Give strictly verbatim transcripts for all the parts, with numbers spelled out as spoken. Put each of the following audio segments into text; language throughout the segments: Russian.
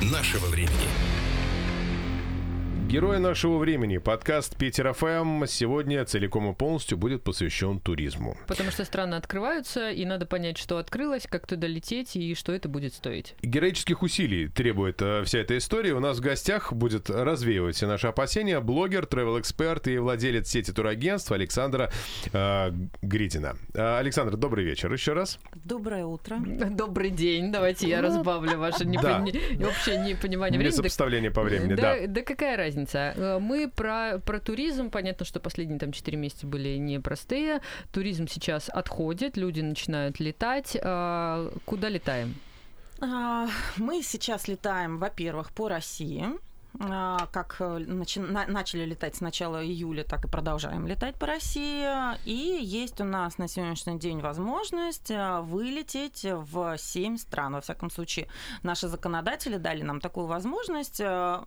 нашего времени. Герои нашего времени. Подкаст Питер эф эм сегодня целиком и полностью будет посвящен туризму. Потому что страны открываются, и надо понять, что открылось, как туда лететь и что это будет стоить. Героических усилий требует э, вся эта история. У нас в гостях будет развеивать все наши опасения блогер, travel-эксперт и владелец сети турагентств Александра э, Гридина. Э, Александр, добрый вечер еще раз. Доброе утро. Добрый день. Давайте я разбавлю ваше непони... общее непонимание времени. Несопоставление по времени, да. Да, да какая разница? Мы про, про туризм, понятно, что последние там четыре месяца были непростые. Туризм сейчас отходит, люди начинают летать. Куда летаем? Мы сейчас летаем, во-первых, по России. Как начи- начали летать с начала июля, так и продолжаем летать по России. И есть у нас на сегодняшний день возможность вылететь в семь стран. Во всяком случае, наши законодатели дали нам такую возможность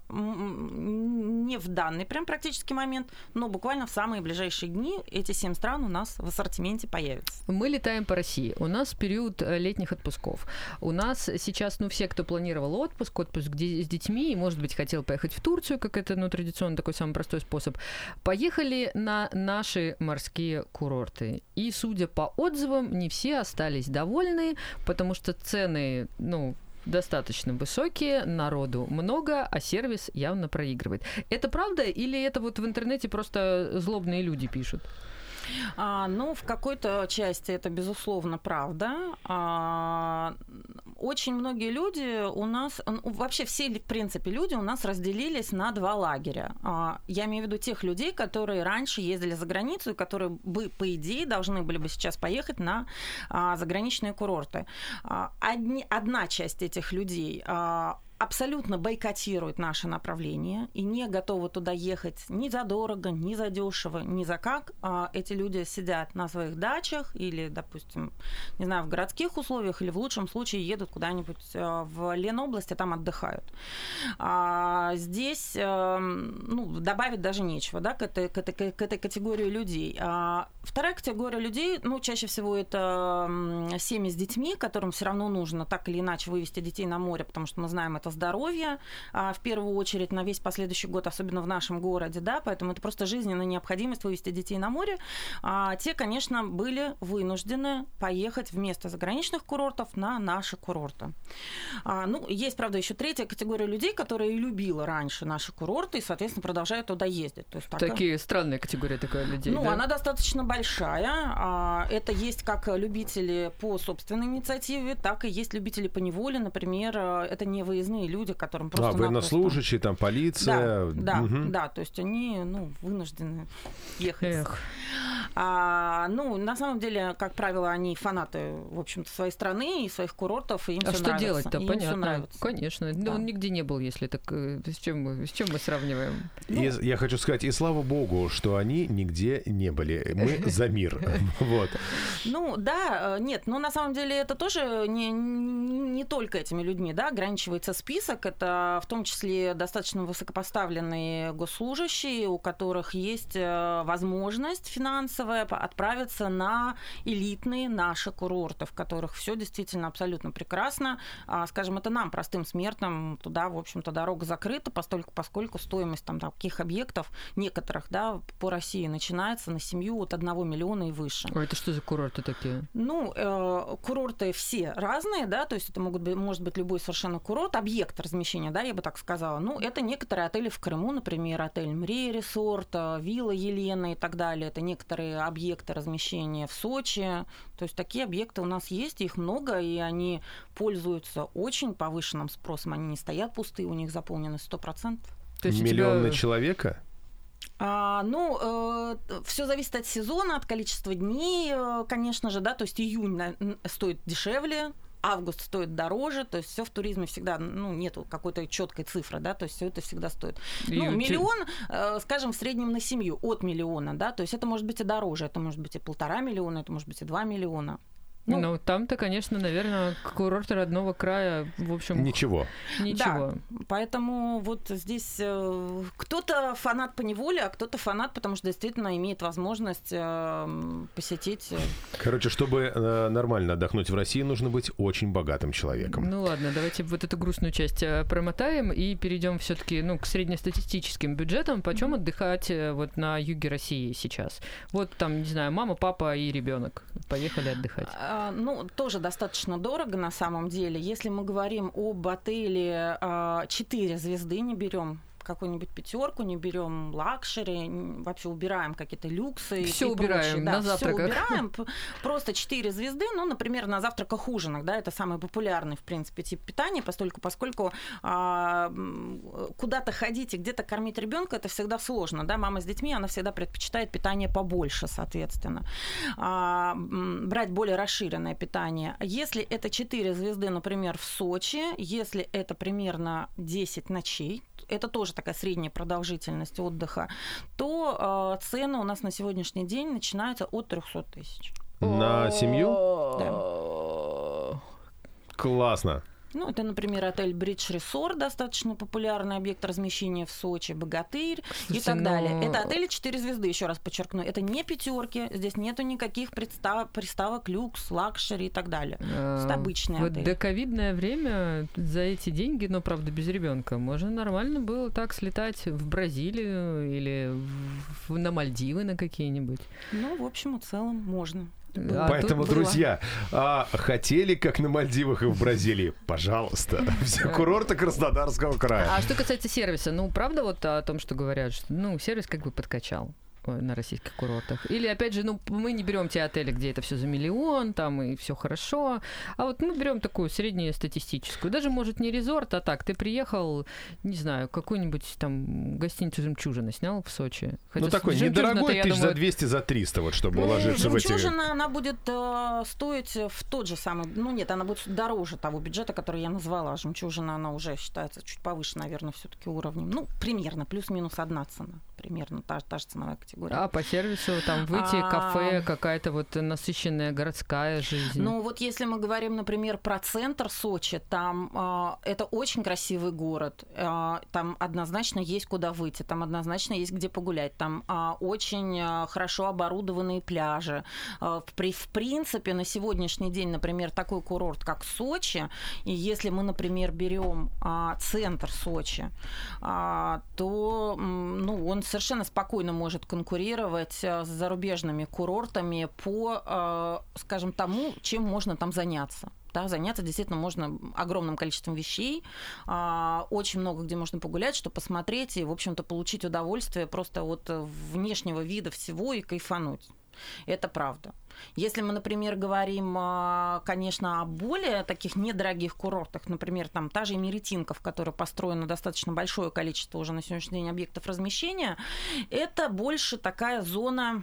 не в данный прям практически момент, но буквально в самые ближайшие дни эти семь стран у нас в ассортименте появятся. Мы летаем по России. У нас период летних отпусков. У нас сейчас, ну, все, кто планировал отпуск, отпуск с детьми, и, может быть, хотел поехать в Турцию, как это, ну, традиционно такой самый простой способ, поехали на наши морские курорты. И, судя по отзывам, не все остались довольны, потому что цены, ну, достаточно высокие, народу много, а сервис явно проигрывает. Это правда или это вот в интернете просто злобные люди пишут? А, ну, в какой-то части это, безусловно, правда. А, очень многие люди у нас, вообще все, в принципе, люди у нас разделились на два лагеря. А, я имею в виду тех людей, которые раньше ездили за границу и которые бы, по идее, должны были бы сейчас поехать на а, заграничные курорты. А, одни, одна часть этих людей а, абсолютно бойкотирует наше направление и не готовы туда ехать ни за дорого, ни за дешево, ни за как. Эти люди сидят на своих дачах или, допустим, не знаю, в городских условиях, или в лучшем случае едут куда-нибудь в Ленобласть, а там отдыхают. Здесь, ну, добавить даже нечего, да, к этой, к этой, к этой категории людей. Вторая категория людей, ну, чаще всего это семьи с детьми, которым все равно нужно так или иначе вывести детей на море, потому что мы знаем, это здоровье, в первую очередь на весь последующий год, особенно в нашем городе, да, поэтому это просто жизненная необходимость вывести детей на море. А те, конечно, были вынуждены поехать вместо заграничных курортов на наши курорты. А, ну, есть, правда, еще третья категория людей, которые любила раньше наши курорты и, соответственно, продолжают туда ездить. То есть, так... Такие странные категории такой людей, Ну, да? она достаточно большая. Это есть как любители по собственной инициативе, так и есть любители по неволе. Например, это не выездные люди, которым просто... А, военнослужащие, там, полиция. Да, да, угу. да, то есть они, ну, вынуждены ехать. Эх. А, ну, на самом деле, как правило, они фанаты, в общем-то, своей страны и своих курортов, и им а все что нравится. делать-то? Им Понятно. всё нравится. Конечно. Да. Он нигде не был, если так... С чем мы, с чем мы сравниваем? Ну, и, я хочу сказать, и слава богу, что они нигде не были. Мы за мир. Вот. Ну, да, нет, но на самом деле это тоже не, не только этими людьми, да, ограничивается список. Это в том числе достаточно высокопоставленные госслужащие, у которых есть возможность финансовая отправиться на элитные наши курорты, в которых все действительно абсолютно прекрасно. Скажем, это нам, простым смертным, туда, в общем-то, дорога закрыта, поскольку, поскольку стоимость там таких объектов, некоторых, да, по России начинается на семью от одного миллиона и выше. Ой, это что за курорты такие? Ну, э, курорты все разные, да, то есть это могут быть, может быть любой совершенно курорт, объект размещения, да, я бы так сказала. Ну, это некоторые отели в Крыму, например, отель Мрия Ресорт, вилла Елена и так далее. Это некоторые объекты размещения в Сочи. То есть такие объекты у нас есть, их много, и они пользуются очень повышенным спросом. Они не стоят пустые, у них заполнены сто процентов. Миллион на тебя... человека? А, ну, э, все зависит от сезона, от количества дней, э, конечно же, да, то есть июнь на, стоит дешевле, август стоит дороже, то есть все в туризме всегда, ну, нету какой-то четкой цифры, да, то есть все это всегда стоит. И ну, те... миллион, э, скажем, в среднем на семью, от миллиона, да, то есть это может быть и дороже, это может быть и полтора миллиона, это может быть и два миллиона. Ну, ну, там-то, конечно, наверное, курорты родного края, в общем... Ничего. Ничего. Да, поэтому вот здесь э, кто-то фанат поневоле, а кто-то фанат, потому что действительно имеет возможность э, посетить... Короче, чтобы э, нормально отдохнуть в России, нужно быть очень богатым человеком. Ну ладно, давайте вот эту грустную часть промотаем и перейдем все-таки ну, к среднестатистическим бюджетам. Почем mm-hmm. отдыхать вот на юге России сейчас? Вот там, не знаю, мама, папа и ребенок поехали отдыхать. Ну, тоже достаточно дорого на самом деле. Если мы говорим об отеле четыре звезды, не берем какую-нибудь пятерку, не берем лакшери, вообще убираем какие-то люксы. Все убираем да, на завтраках. Все убираем, просто четыре звезды, ну, например, на завтраках, ужинах, да, это самый популярный, в принципе, тип питания, поскольку, поскольку а, куда-то ходить и где-то кормить ребенка, это всегда сложно, да, мама с детьми, она всегда предпочитает питание побольше, соответственно, а, брать более расширенное питание. Если это четыре звезды, например, в Сочи, если это примерно десять ночей, это тоже такая средняя продолжительность отдыха, то э, цены у нас на сегодняшний день начинаются от трехсот тысяч. На семью? Да. Классно. Ну, это, например, отель Бридж Resort, достаточно популярный объект размещения в Сочи, Богатырь и так но... далее. Это отели четыре звезды, еще раз подчеркну. Это не пятерки, здесь нету никаких представ... приставок люкс, лакшери и так далее. А, это обычные вот отели. До ковидное время за эти деньги, но, правда, без ребенка, можно нормально было так слетать в Бразилию или в... на Мальдивы на какие-нибудь. Ну, в общем и целом, можно. А Поэтому, друзья, а, хотели, как на Мальдивах и в Бразилии, пожалуйста, все курорты Краснодарского края. А что касается сервиса, ну, правда вот о том, что говорят, что, ну, сервис как бы подкачал на российских курортах? Или, опять же, ну, мы не берем те отели, где это все за миллион, там и все хорошо, а вот мы берем такую среднестатистическую. Даже, может, не резорт, а так, ты приехал, не знаю, какую-нибудь там гостиницу «Жемчужина» снял в Сочи. Хотя ну, такой недорогой, тысяч думаю... за двести, за триста, вот, чтобы ну, уложиться в эти... «Жемчужина», она будет э, стоить в тот же самый, ну, нет, она будет дороже того бюджета, который я назвала. «Жемчужина», она уже считается чуть повыше, наверное, все-таки уровнем. Ну, примерно, плюс-минус одна цена. Примерно та, та же ценовая категория. А по сервису там выйти, а... кафе, какая-то вот насыщенная городская жизнь. Ну вот если мы говорим, например, про центр Сочи, там э, это очень красивый город, э, там однозначно есть куда выйти, там однозначно есть где погулять, там э, очень э, хорошо оборудованные пляжи. Э, при, в принципе, на сегодняшний день, например, такой курорт, как Сочи, и если мы, например, берем э, центр Сочи, э, то э, ну, он совершенно спокойно может конкурировать с зарубежными курортами по, скажем, тому, чем можно там заняться. Да, заняться действительно можно огромным количеством вещей, очень много где можно погулять, что посмотреть и, в общем-то, получить удовольствие просто от внешнего вида всего и кайфануть. Это правда. Если мы, например, говорим, конечно, о более таких недорогих курортах, например, там та же Имеретинка, в которой построено достаточно большое количество уже на сегодняшний день объектов размещения, это больше такая зона...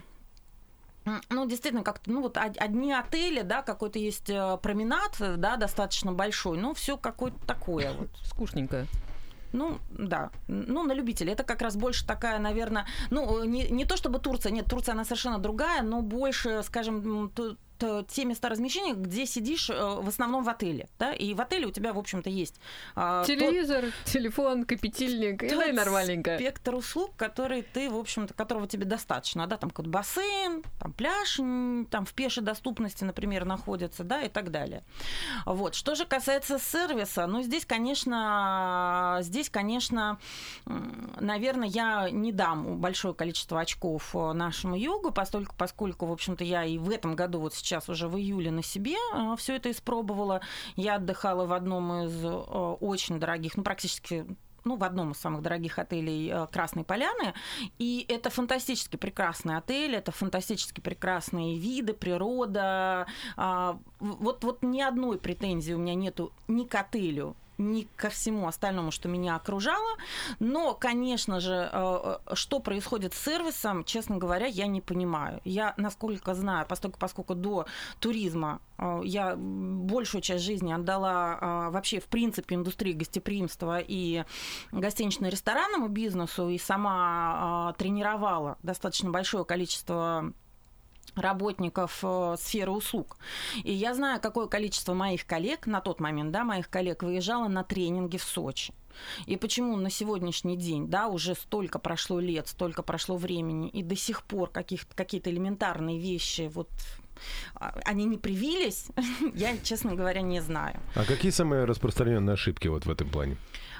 Ну, действительно, как-то, ну, вот одни отели, да, какой-то есть променад, да, достаточно большой, ну, все какое-то такое вот. Скучненькое. Ну, да. Ну, на любителя. Это как раз больше такая, наверное... Ну, не, не то чтобы Турция. Нет, Турция, она совершенно другая, но больше, скажем, то, то, те места размещения, где сидишь в основном в отеле. Да? И в отеле у тебя, в общем-то, есть... Телевизор, тот, телефон, кипятильник. И да, и нормальненько. Спектр услуг, который ты, в общем-то, которого тебе достаточно. Да? Там какой-то бассейн, там пляж, там в пешей доступности, например, находится, да, и так далее. Вот. Что же касается сервиса, ну, здесь, конечно... Здесь, конечно, наверное, я не дам большое количество очков нашему югу, поскольку, поскольку, в общем-то, я и в этом году, вот сейчас уже в июле на себе все это испробовала. Я отдыхала в одном из очень дорогих, ну, практически... ну, в одном из самых дорогих отелей Красной Поляны. И это фантастически прекрасный отель, это фантастически прекрасные виды, природа. Вот, вот ни одной претензии у меня нету ни к отелю, ни ко всему остальному, что меня окружало. Но, конечно же, что происходит с сервисом, честно говоря, я не понимаю. Я, насколько знаю, поскольку, поскольку до туризма я большую часть жизни отдала вообще, в принципе, индустрии гостеприимства и гостинично-ресторанному бизнесу, и сама тренировала достаточно большое количество работников э, сферы услуг. И я знаю, какое количество моих коллег, на тот момент, да, моих коллег выезжало на тренинги в Сочи. И почему на сегодняшний день, да, уже столько прошло лет, столько прошло времени, и до сих пор каких- какие-то элементарные вещи, вот, они не привились, я, честно говоря, не знаю. А какие самые распространенные ошибки вот в этом плане?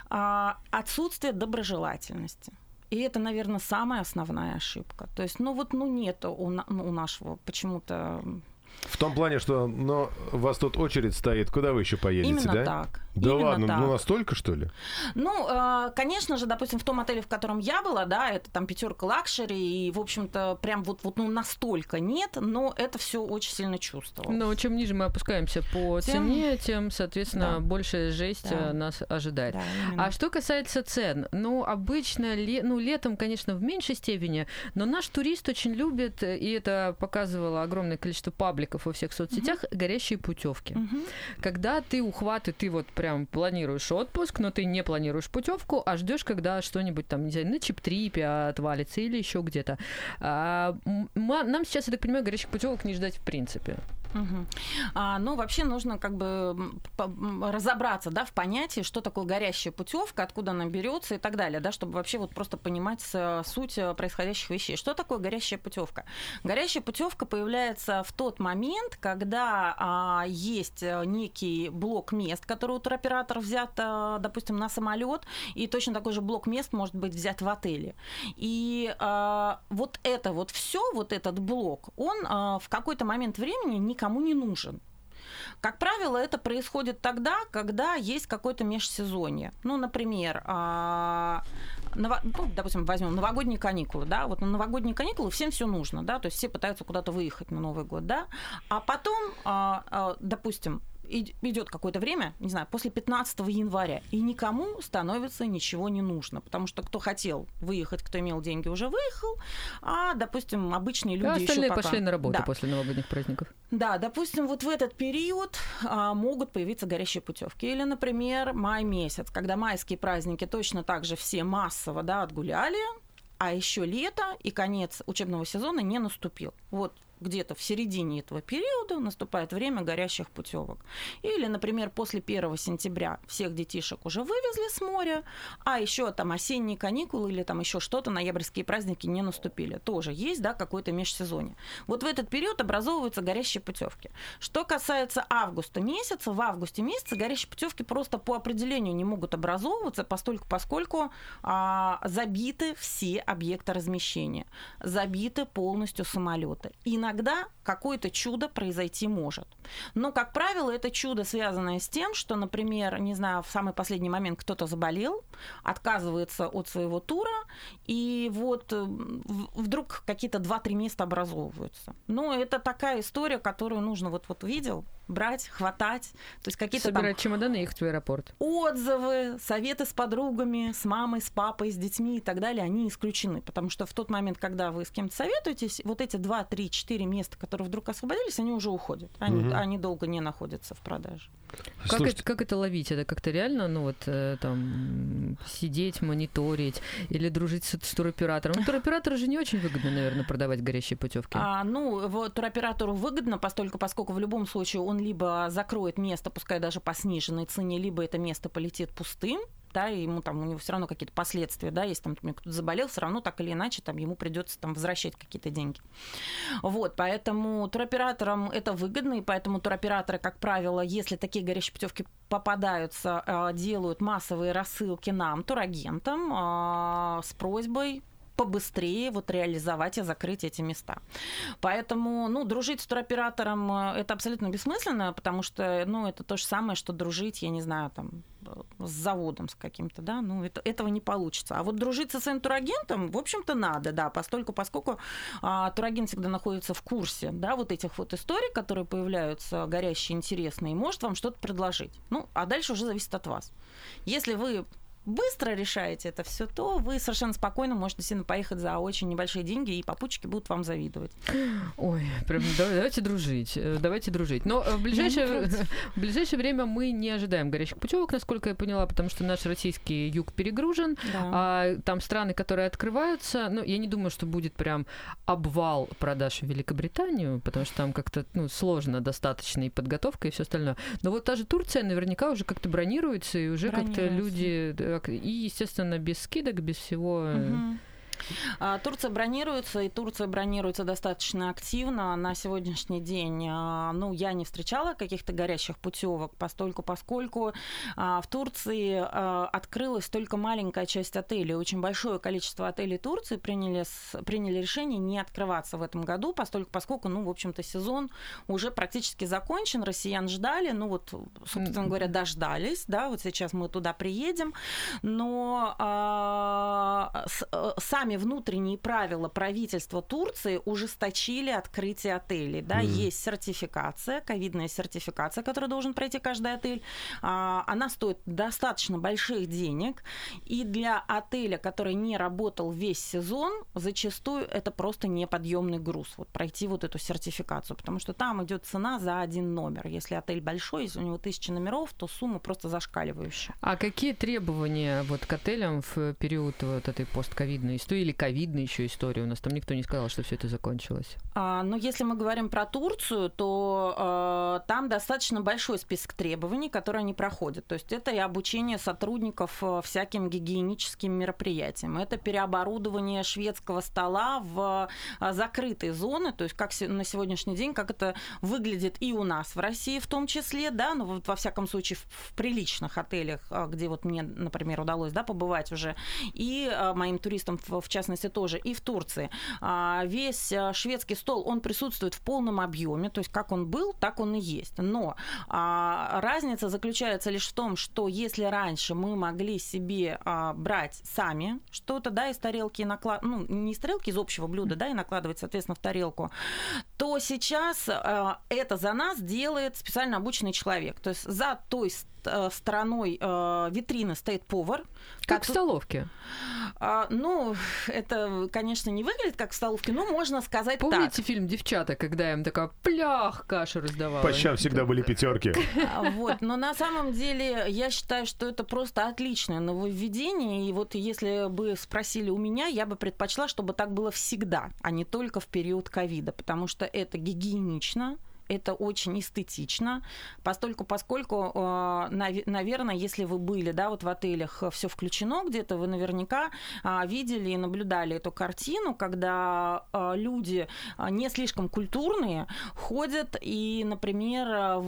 А, отсутствие доброжелательности. И это, наверное, самая основная ошибка. То есть, ну вот, ну нет у, у нашего почему-то... В том плане, что ну, у вас тут очередь стоит, куда вы еще поедете, Именно да? так. Да Именно ладно, так. ну настолько, что ли? Ну, конечно же, допустим, в том отеле, в котором я была, да, это там пятерка лакшери, и, в общем-то, прям вот, вот ну, настолько нет, но это все очень сильно чувствовалось. Но чем ниже мы опускаемся по Тем... цене, тем, соответственно, да. большая жесть да. нас ожидает. Да, а что касается цен, ну, обычно, ле... ну, летом, конечно, в меньшей степени, но наш турист очень любит, и это показывало огромное количество пабликов во всех соцсетях, uh-huh. горящие путевки. Uh-huh. Когда ты ухват, и ты вот прям планируешь отпуск, но ты не планируешь путевку, а ждешь, когда что-нибудь там, не знаю, на чип-трипе отвалится или еще где-то. А, нам сейчас, я так понимаю, горящих путевок не ждать в принципе. Угу. А, ну, вообще нужно как бы разобраться, да, в понятии, что такое горящая путевка, откуда она берется и так далее, да, чтобы вообще вот просто понимать суть происходящих вещей. Что такое горящая путевка? Горящая путевка появляется в тот момент, когда а, есть некий блок мест, который у туроператора взят, а, допустим, на самолет, и точно такой же блок мест может быть взят в отеле. И а, вот это вот все, вот этот блок, он а, в какой-то момент времени никому не нужен. Как правило, это происходит тогда, когда есть какое-то межсезонье. Ну, например, ну, допустим, возьмем новогодние каникулы, да, вот на новогодние каникулы всем все нужно, да, то есть все пытаются куда-то выехать на Новый год, да, а потом, допустим, идет какое-то время, не знаю, после пятнадцатого января, и никому становится ничего не нужно, потому что кто хотел выехать, кто имел деньги, уже выехал, а, допустим, обычные люди а еще остальные пока... пошли на работу да. после новогодних праздников. Да, допустим, вот в этот период а, могут появиться горящие путевки. Или, например, май месяц, когда майские праздники точно так же все массово, да, отгуляли, а еще лето и конец учебного сезона не наступил. Вот где-то в середине этого периода наступает время горящих путевок. Или, например, после первого сентября всех детишек уже вывезли с моря, а еще там осенние каникулы или там еще что-то, ноябрьские праздники не наступили. Тоже есть, да, какое-то межсезонье. Вот в этот период образовываются горящие путевки. Что касается августа месяца, в августе месяце горящие путевки просто по определению не могут образовываться, постольку, поскольку а, забиты все объекты размещения, забиты полностью самолеты. И иногда какое-то чудо произойти может. Но, как правило, это чудо, связанное с тем, что, например, не знаю, в самый последний момент кто-то заболел, отказывается от своего тура, и вот вдруг какие-то два-три места образовываются. Но это такая история, которую нужно, вот, вот видел, брать, хватать. То есть какие-то собирать там чемоданы и ехать в аэропорт. Отзывы, советы с подругами, с мамой, с папой, с детьми и так далее, они исключены. Потому что в тот момент, когда вы с кем-то советуетесь, вот эти два, три, четыре места, которые вдруг освободились, они уже уходят. Они, угу. они долго не находятся в продаже. Как это, как это ловить? Это как-то реально, ну вот, э, там, сидеть, мониторить или дружить с, с туроператором? Ну, туроператору же не очень выгодно, наверное, продавать горящие путевки. А, ну, вот, туроператору выгодно, поскольку, поскольку в любом случае он либо закроет место, пускай даже по сниженной цене, либо это место полетит пустым, да, и ему там у него все равно какие-то последствия, да, если там кто-то заболел, все равно так или иначе там ему придется там возвращать какие-то деньги. Вот, поэтому туроператорам это выгодно, и поэтому туроператоры, как правило, если такие горящие путевки попадаются, делают массовые рассылки нам, турагентам, с просьбой побыстрее вот реализовать и закрыть эти места. Поэтому, ну, дружить с туроператором это абсолютно бессмысленно, потому что, ну, это то же самое, что дружить, я не знаю, там, с заводом с каким-то, да, ну, это, этого не получится. А вот дружить со своим турагентом, в общем-то, надо, да, поскольку, поскольку а, турагент всегда находится в курсе, да, вот этих вот историй, которые появляются, горящие, интересные, и может вам что-то предложить. Ну, а дальше уже зависит от вас. Если вы быстро решаете это все, то вы совершенно спокойно можете сильно поехать за очень небольшие деньги, и попутчики будут вам завидовать. Ой, прям давайте дружить, давайте дружить. Но в ближайшее, в ближайшее время мы не ожидаем горячих путевок, насколько я поняла, потому что наш российский юг перегружен, да. а там страны, которые открываются, ну, я не думаю, что будет прям обвал продаж в Великобританию, потому что там как-то ну, сложно достаточно и подготовка, и все остальное. Но вот та же Турция наверняка уже как-то бронируется, и уже как-то люди... И, естественно, без скидок, без всего... Угу. Турция бронируется, и Турция бронируется достаточно активно. На сегодняшний день, ну, я не встречала каких-то горящих путевок, постольку, поскольку в Турции открылась только маленькая часть отелей. Очень большое количество отелей Турции приняли, приняли решение не открываться в этом году, постольку, поскольку, ну, в общем-то, сезон уже практически закончен, россиян ждали, ну, вот, собственно говоря, дождались, да, вот сейчас мы туда приедем, но а, с, сами внутренние правила правительства Турции ужесточили открытие отелей. Да? Mm. Есть сертификация, ковидная сертификация, которую должен пройти каждый отель. Она стоит достаточно больших денег. И для отеля, который не работал весь сезон, зачастую это просто неподъемный груз. Вот пройти вот эту сертификацию. Потому что там идет цена за один номер. Если отель большой, если у него тысяча номеров, то сумма просто зашкаливающая. А какие требования вот к отелям в период вот этой постковидной истории? Или ковидная еще история? У нас там никто не сказал, что все это закончилось. А, ну, если мы говорим про Турцию, то а, там достаточно большой список требований, которые они проходят. То есть это и обучение сотрудников всяким гигиеническим мероприятиям. Это переоборудование шведского стола в а, закрытые зоны. То есть как на сегодняшний день, как это выглядит и у нас в России в том числе, да, но вот во всяком случае в, в приличных отелях, где вот мне, например, удалось, да, побывать уже, и а, моим туристам в в частности, тоже и в Турции. Весь шведский стол, он присутствует в полном объеме, то есть как он был, так он и есть. Но разница заключается лишь в том, что если раньше мы могли себе брать сами что-то, да, из тарелки, наклад... ну, не из тарелки, из общего блюда, да, и накладывать, соответственно, в тарелку, то сейчас это за нас делает специально обученный человек. То есть за той стороной э, витрины стоит повар. Как, как в столовке. А, ну, это, конечно, не выглядит как в столовке, но можно сказать Помните так. Помните фильм «Девчата», когда им такая плях кашу раздавала? По щам всегда были пятерки. Вот, но на самом деле я считаю, что это просто отличное нововведение, и вот если бы спросили у меня, я бы предпочла, чтобы так было всегда, а не только в период ковида, потому что это гигиенично, это очень эстетично, постольку, поскольку, наверное, если вы были, да, вот в отелях «Все включено», где-то вы наверняка видели и наблюдали эту картину, когда люди не слишком культурные ходят и, например,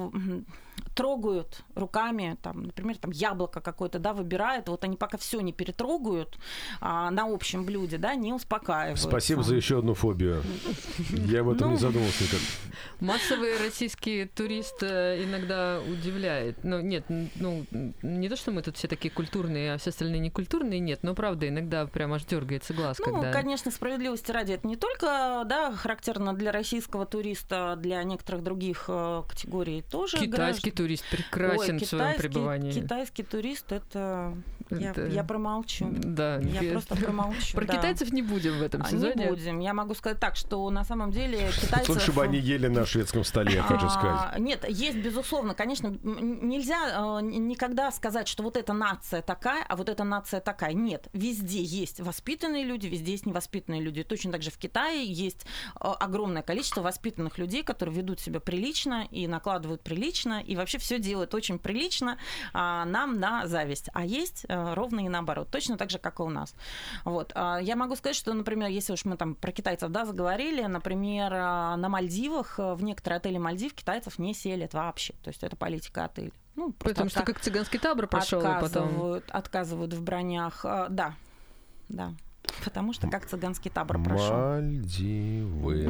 трогают руками, там, например, там яблоко какое-то, да, выбирают, вот они пока все не перетрогают а, на общем блюде, да, не успокаиваются. Спасибо за еще одну фобию. Я об этом ну, не задумывался никак. Массовый российский турист иногда удивляет. Ну, нет, ну, не то, что мы тут все такие культурные, а все остальные не культурные, нет, но правда, иногда прям аж дергается глаз, ну, когда... конечно, справедливости ради, это не только, да, характерно для российского туриста, для некоторых других категорий тоже. Китайский граждан. Турист прекрасен Ой, в своем пребывании. Китайский турист, это... это... Я, я промолчу. Да. Я просто промолчу. Про да. китайцев не будем в этом сезоне. Не будем. Я могу сказать так, что на самом деле китайцев... Лучше бы они ели на шведском столе, хочу сказать. А, нет, есть, безусловно, конечно, нельзя никогда сказать, что вот эта нация такая, а вот эта нация такая. Нет, везде есть воспитанные люди, везде есть невоспитанные люди. Точно так же в Китае есть огромное количество воспитанных людей, которые ведут себя прилично и накладывают прилично, и вообще все делают очень прилично а, нам на зависть. А есть а, ровно и наоборот. Точно так же, как и у нас. Вот. А, я могу сказать, что, например, если уж мы там про китайцев, да, заговорили, например, на Мальдивах, в некоторые отели Мальдив китайцев не селят вообще. То есть это политика отеля. Ну, потому что как цыганский табор прошел, и потом... Отказывают в бронях. А, да, да. Потому что как цыганский табор прошел. Мальдивы.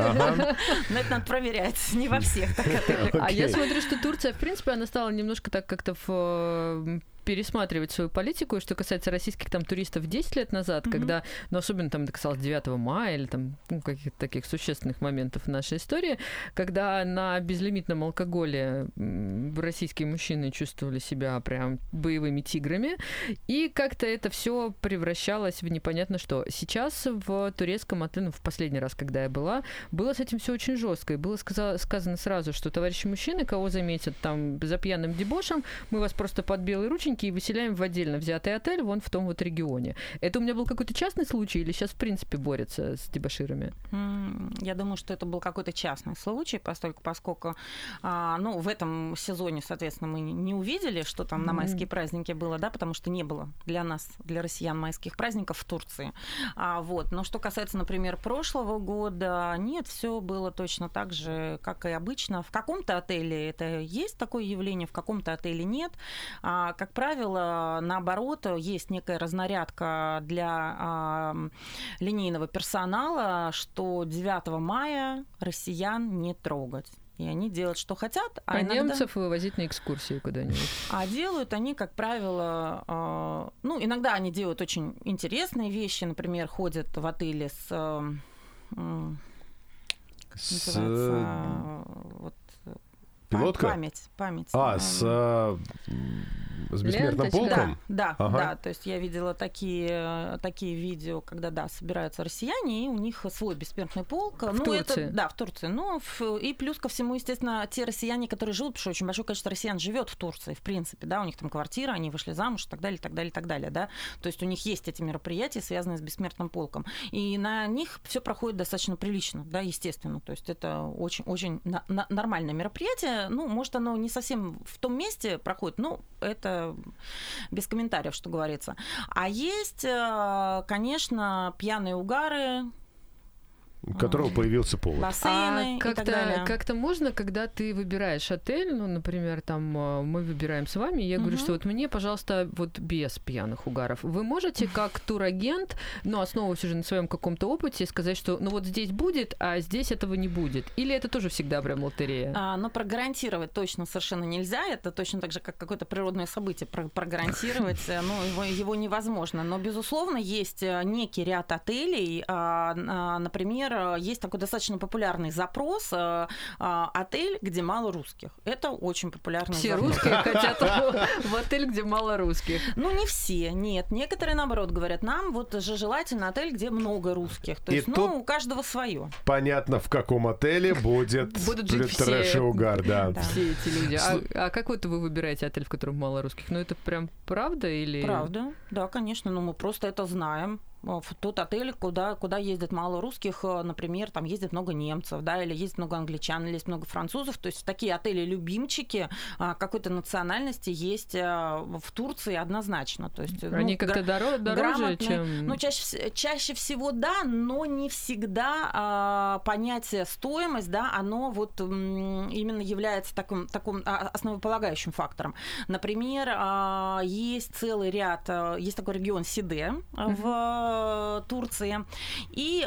Но это надо проверять. Не во всех так отелях. А я смотрю, что Турция, в принципе, она стала немножко так как-то в пересматривать свою политику. И что касается российских там туристов десять лет назад, mm-hmm. когда, ну, особенно там это касалось девятого мая или там ну, каких-то таких существенных моментов в нашей истории, когда на безлимитном алкоголе российские мужчины чувствовали себя прям боевыми тиграми, и как-то это все превращалось в непонятно что. Сейчас в турецком отеле, ну, в последний раз, когда я была, было с этим все очень жестко, и было сказано, сказано сразу, что товарищи мужчины, кого заметят там за пьяным дебошем, мы вас просто под белые рученьки и выселяем в отдельно взятый отель вон в том вот регионе. Это у меня был какой-то частный случай или сейчас в принципе борются с дебоширами? Я думаю, что это был какой-то частный случай, поскольку, поскольку а, ну, в этом сезоне, соответственно, мы не увидели, что там на майские праздники было, да, потому что не было для нас, для россиян майских праздников в Турции. А, вот. Но что касается, например, прошлого года, нет, все было точно так же, как и обычно. В каком-то отеле это есть такое явление, в каком-то отеле нет. А, как правило, наоборот, есть некая разнарядка для а, линейного персонала, что девятого мая россиян не трогать. И они делают, что хотят. А, а иногда... немцев вывозить на экскурсию куда-нибудь. А делают они, как правило, э, ну, иногда они делают очень интересные вещи. Например, ходят в отеле с... Э, с... Э, вот, пилотка? Память, память. А, с... Э, с бессмертным полком? Да, да, ага. да. То есть я видела такие, такие видео, когда, да, собираются россияне, и у них свой бессмертный полк. В ну, Турции? Это, да, в Турции. Ну, в, и плюс ко всему, естественно, те россияне, которые живут, потому что очень большое количество россиян живет в Турции, в принципе, да, у них там квартира, они вышли замуж и так далее, и так далее, и так далее, да. То есть у них есть эти мероприятия, связанные с бессмертным полком. И на них все проходит достаточно прилично, да, естественно. То есть это очень, очень на- на- нормальное мероприятие. Ну, может, оно не совсем в том месте проходит, но это без комментариев, что говорится. А есть, конечно, пьяные угары, у которого появился повод. Бассейны а как-то, и так далее. Как-то можно, когда ты выбираешь отель, ну, например, там мы выбираем с вами, я говорю, угу. что вот мне, пожалуйста, вот без пьяных угаров. Вы можете, как турагент, ну, основываясь уже на своем каком-то опыте, сказать, что ну вот здесь будет, а здесь этого не будет? Или это тоже всегда прям лотерея? А, но прогарантировать точно совершенно нельзя. Это точно так же, как какое-то природное событие. Прогарантировать ну, его, его невозможно. Но, безусловно, есть некий ряд отелей, например, есть такой достаточно популярный запрос а, а, отель, где мало русских. Это очень популярный все запрос. Все русские хотят в отель, где мало русских. Ну, не все, нет. Некоторые, наоборот, говорят, нам вот же желательно отель, где много русских. То есть, ну, у каждого свое. Понятно, в каком отеле будет трэш и угар, да. Все эти люди. А как вот вы выбираете отель, в котором мало русских? Ну, это прям правда или... Правда, да, конечно. Но мы просто это знаем. В тот отель, куда, куда ездит мало русских, например, там ездит много немцев, да, или ездит много англичан, или есть много французов. То есть такие отели-любимчики какой-то национальности есть в Турции однозначно. То есть, они ну, как-то гра- дороже, чем... Ну, чаще, чаще всего, да, но не всегда а, понятие стоимость, да, оно вот м, именно является таким, таким основополагающим фактором. Например, а, есть целый ряд, а, есть такой регион Сиде mm-hmm. в Турции, и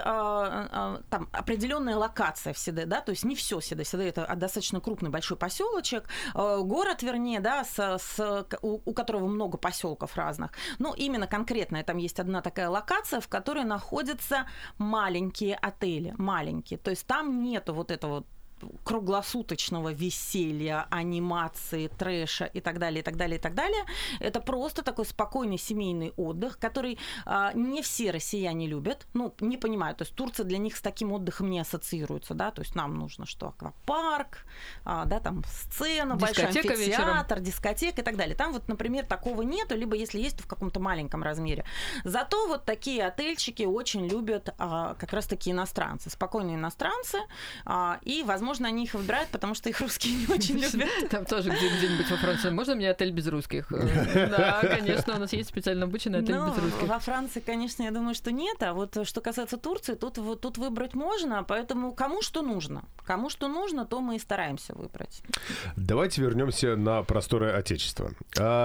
а, там определенная локация в Сиде, да, то есть не все Сиде, Сиде это достаточно крупный большой поселочек, а, город, вернее, да, с, с, у, у которого много поселков разных, но именно конкретно там есть одна такая локация, в которой находятся маленькие отели, маленькие, то есть там нету вот этого круглосуточного веселья, анимации, трэша и так далее, и так далее, и так далее. Это просто такой спокойный семейный отдых, который а, не все россияне любят, ну, не понимаю, то есть Турция для них с таким отдыхом не ассоциируется, да, то есть нам нужно что, аквапарк, а, да, там сцена, большой амфитеатр, вечером. Дискотека и так далее. Там вот, например, такого нету, либо если есть, то в каком-то маленьком размере. Зато вот такие отельчики очень любят а, как раз-таки иностранцы, спокойные иностранцы, а, и, возможно, Возможно, они их выбирают, потому что их русские не очень любят. Там тоже где-нибудь во Франции. Можно мне отель без русских? Да, конечно, у нас есть специально обученный отель без русских. Во Франции, конечно, я думаю, что нет. А вот что касается Турции, тут, тут выбрать можно. Поэтому кому что нужно. Кому что нужно, то мы и стараемся выбрать. Давайте вернемся на просторы Отечества.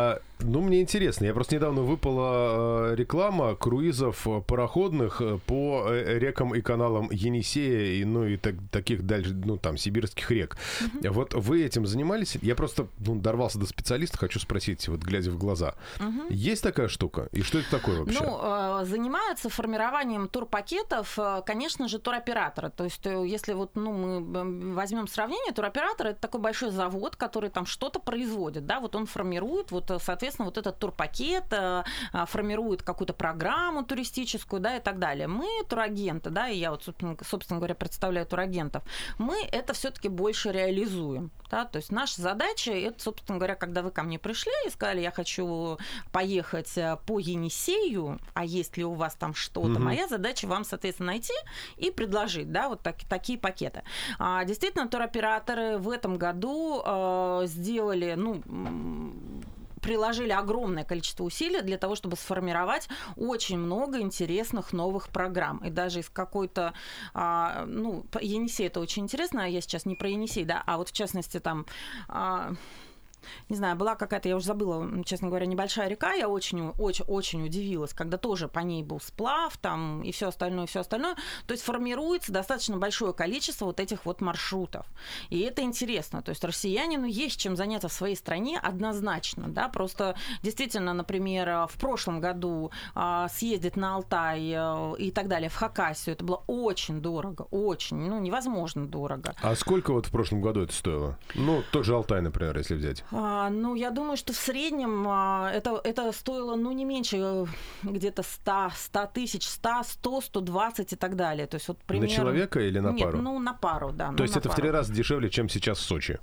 Ну, мне интересно. Я просто недавно выпала реклама круизов пароходных по рекам и каналам Енисея, и, ну, и так, таких дальше, ну, там, сибирских рек. Uh-huh. Вот вы этим занимались? Я просто ну, дорвался до специалиста, хочу спросить, вот глядя в глаза. Uh-huh. Есть такая штука? И что это такое вообще? Ну, занимаются формированием турпакетов, конечно же, туроператоры. То есть, если вот, ну, мы возьмем сравнение, туроператор — это такой большой завод, который там что-то производит, да, вот он формирует, вот, соответственно, вот этот турпакет, формирует какую-то программу туристическую, да, и так далее. Мы, турагенты, да, и я вот, собственно говоря, представляю турагентов, мы это все-таки больше реализуем, да, то есть наша задача, это, собственно говоря, когда вы ко мне пришли и сказали, я хочу поехать по Енисею, а есть ли у вас там что-то, mm-hmm. моя задача вам, соответственно, найти и предложить, да, вот так, такие пакеты. А, действительно, туроператоры в этом году э, сделали, ну, приложили огромное количество усилий для того, чтобы сформировать очень много интересных новых программ. И даже из какой-то... А, ну, Енисей — это очень интересно, я сейчас не про Енисей, да, а вот в частности там... А, не знаю, была какая-то, я уже забыла, честно говоря, небольшая река, я очень, очень, очень удивилась, когда тоже по ней был сплав там и все остальное, все остальное. То есть формируется достаточно большое количество вот этих вот маршрутов. И это интересно. То есть россиянину есть чем заняться в своей стране однозначно, да, просто действительно, например, в прошлом году а, съездить на Алтай а, и так далее, в Хакасию, это было очень дорого, очень, ну, невозможно дорого. А сколько вот в прошлом году это стоило? Ну, тот же Алтай, например, если взять. А, ну, я думаю, что в среднем а, это, это стоило, ну, не меньше где-то сто тысяч, сто, сто, сто двадцать и так далее. То есть, вот, примерно... На человека или на Нет, пару? Ну, на пару, да. То ну, есть это пару. в три раза дешевле, чем сейчас в Сочи?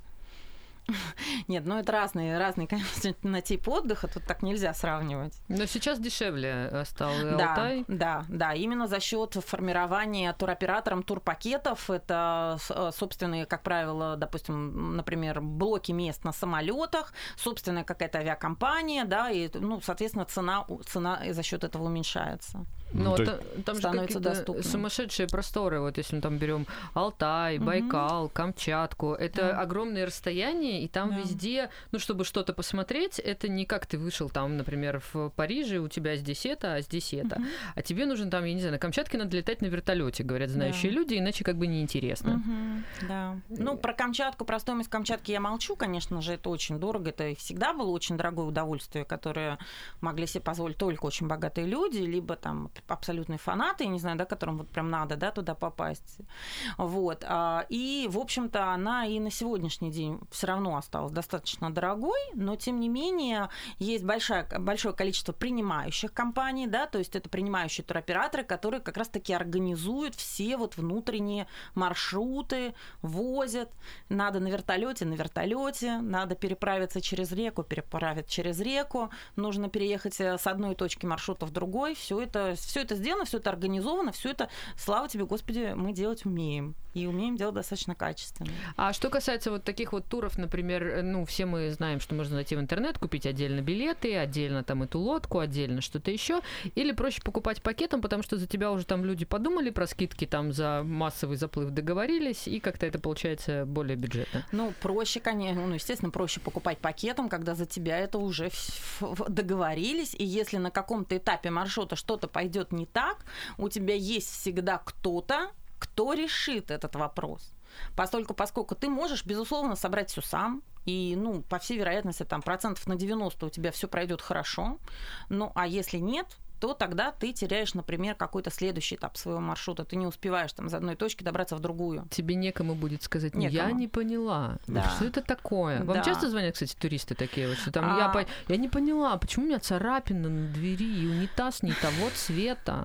Нет, ну это разные, разные, конечно, на тип отдыха, тут так нельзя сравнивать. Но сейчас дешевле стал да, Алтай. Да, да, именно за счет формирования туроператором турпакетов. Это собственные, как правило, допустим, например, блоки мест на самолетах, собственная какая-то авиакомпания, да, и, ну, соответственно, цена, цена за счет этого уменьшается. Но ну, та, там же какие-то сумасшедшие просторы. Вот если мы там берем Алтай, Байкал, угу. Камчатку, это да. огромные расстояния, и там да. везде, ну, чтобы что-то посмотреть, это не как ты вышел там, например, в Париже, у тебя здесь это, а здесь это. Угу. А тебе нужен там, я не знаю, на Камчатке надо летать на вертолете, говорят знающие да. люди, иначе как бы неинтересно. Угу. Да. Ну, про Камчатку, про стоимость Камчатки я молчу, конечно же, это очень дорого, это всегда было очень дорогое удовольствие, которое могли себе позволить только очень богатые люди, либо там абсолютные фанаты, я не знаю, да, которым вот прям надо, да, туда попасть. Вот. И, в общем-то, она и на сегодняшний день все равно осталась достаточно дорогой, но, тем не менее, есть большое, большое количество принимающих компаний, да, то есть это принимающие туроператоры, которые как раз-таки организуют все вот внутренние маршруты, возят. Надо на вертолете, на вертолете, надо переправиться через реку, переправить через реку, нужно переехать с одной точки маршрута в другой, все это все это сделано, все это организовано, все это, слава тебе, Господи, мы делать умеем. И умеем делать достаточно качественно. А что касается вот таких вот туров, например, ну, все мы знаем, что можно зайти в интернет, купить отдельно билеты, отдельно там эту лодку, отдельно что-то еще, или проще покупать пакетом, потому что за тебя уже там люди подумали про скидки, там за массовый заплыв договорились, и как-то это получается более бюджетно. Ну, проще, конечно, ну, естественно, проще покупать пакетом, когда за тебя это уже договорились, и если на каком-то этапе маршрута что-то пойдет не так, у тебя есть всегда кто-то, кто решит этот вопрос. Поскольку, поскольку ты можешь, безусловно, собрать все сам, и, ну, по всей вероятности, там, процентов на девяносто у тебя все пройдет хорошо. Ну, а если нет, то тогда ты теряешь, например, какой-то следующий этап своего маршрута. Ты не успеваешь там из одной точки добраться в другую. Тебе некому будет сказать, ну, я не поняла, да. что это такое. Вам да. часто звонят, кстати, туристы такие вот, что там а... я, по... я не поняла, почему у меня царапина на двери и унитаз не того цвета?